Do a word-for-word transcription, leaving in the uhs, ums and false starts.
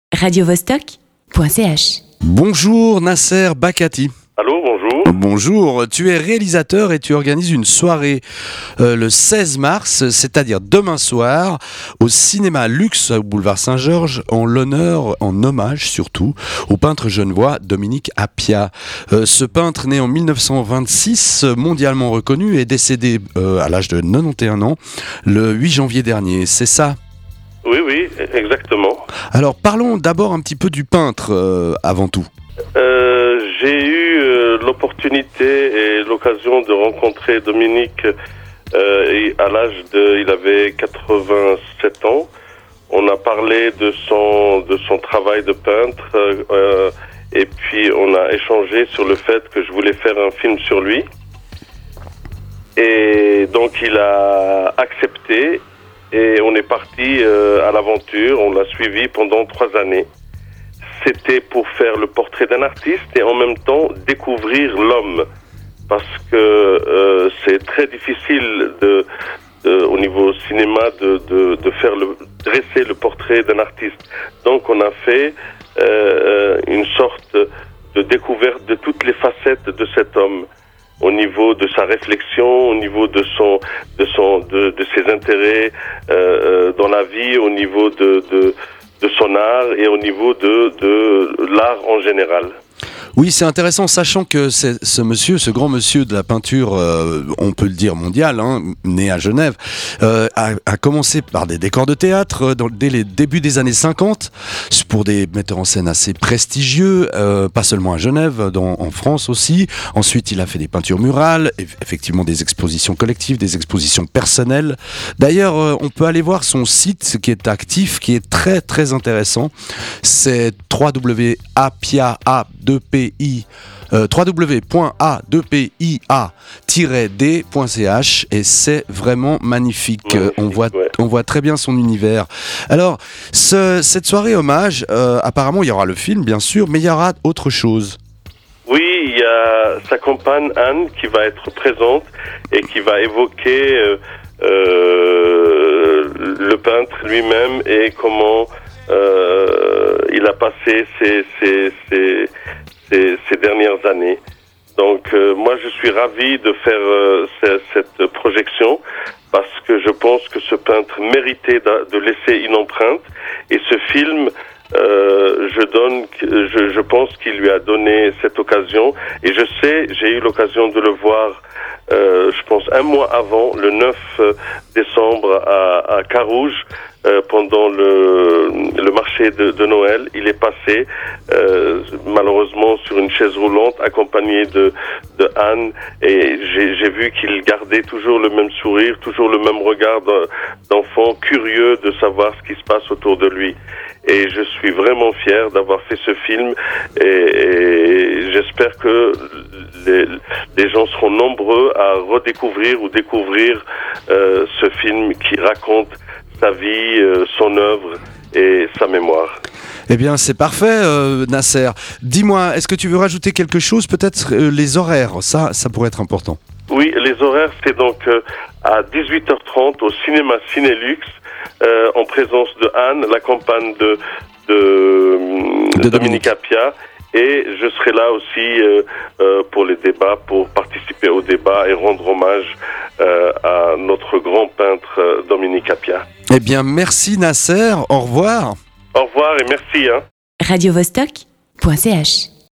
radio vostok point c h. Bonjour Nasser Bakati. Allô, bonjour. Bonjour, tu es réalisateur et tu organises une soirée euh, le seize mars, c'est-à-dire demain soir, au cinéma Luxe, au boulevard Saint-Georges, en l'honneur, en hommage surtout, au peintre genevois Dominique Appiah. Euh, ce peintre né en dix-neuf cent vingt-six, mondialement reconnu, est décédé euh, à l'âge de quatre-vingt-onze ans, le huit janvier dernier, c'est ça ? Oui, oui, exactement. Alors parlons d'abord un petit peu du peintre, euh, avant tout. Euh, j'ai eu euh, l'opportunité et l'occasion de rencontrer Dominique euh, et à l'âge de... Il avait quatre-vingt-sept ans. On a parlé de son, de son travail de peintre euh, et puis on a échangé sur le fait que je voulais faire un film sur lui. Et donc il a accepté et on est parti euh, à l'aventure. On l'a suivi pendant trois années. C'était pour faire le portrait d'un artiste et en même temps découvrir l'homme, parce que euh, c'est très difficile de, de, au niveau cinéma de, de, de faire le, dresser le portrait d'un artiste. Donc on a fait euh, une sorte de découverte de toutes les facettes de cet homme, au niveau de sa réflexion, au niveau de son, de son, de, de ses intérêts euh, dans la vie, au niveau de, de de son art et au niveau de, de l'art en général. Oui, c'est intéressant, sachant que c'est, ce monsieur, ce grand monsieur de la peinture, euh, on peut le dire mondial, hein, né à Genève, euh, a, a commencé par des décors de théâtre dans, dès les débuts des années cinquante, pour des metteurs en scène assez prestigieux, euh, pas seulement à Genève, dans, en France aussi. Ensuite, il a fait des peintures murales, effectivement des expositions collectives, des expositions personnelles. D'ailleurs, euh, on peut aller voir son site qui est actif, qui est très très intéressant. C'est w w w point appiah euh, w w w point a deux p i a tiret d point c h et c'est vraiment magnifique. magnifique euh, on voit ouais. on voit très bien son univers. Alors, ce, cette soirée hommage, euh, apparemment il y aura le film bien sûr, mais il y aura autre chose. Oui, il y a sa compagne Anne qui va être présente et qui va évoquer euh, euh, le peintre lui-même et comment euh, il a passé ses, ses, ses, ses, ses dernières années. Donc euh, moi je suis ravi de faire euh, cette projection parce que je pense que ce peintre méritait de, de laisser une empreinte et ce film euh, je donne je, je pense qu'il lui a donné cette occasion et je sais, j'ai eu l'occasion de le voir euh, je pense un mois avant, le neuf décembre à, à Carouge. Euh, pendant le, le marché de, de Noël, il est passé euh, malheureusement sur une chaise roulante accompagné de, de Anne et j'ai, j'ai vu qu'il gardait toujours le même sourire, toujours le même regard d'enfant, curieux de savoir ce qui se passe autour de lui. Et je suis vraiment fier d'avoir fait ce film et, et j'espère que les, les gens seront nombreux à redécouvrir ou découvrir euh, ce film qui raconte sa vie, euh, son œuvre et sa mémoire. Eh bien, c'est parfait, euh, Nasser. Dis-moi, est-ce que tu veux rajouter quelque chose, peut-être euh, les horaires, ça, ça pourrait être important. Oui, les horaires, c'est donc euh, à dix-huit heures trente au cinéma Cinélux, euh, en présence de Anne, la compagne de, de, de, de Dominique Appiah. Et je serai là aussi euh, euh, pour les débats, pour participer au débat et rendre hommage euh, à notre grand peintre euh, Dominique Appiah. Eh bien, merci Nasser, au revoir. Au revoir et merci. Hein. radio vostok point c h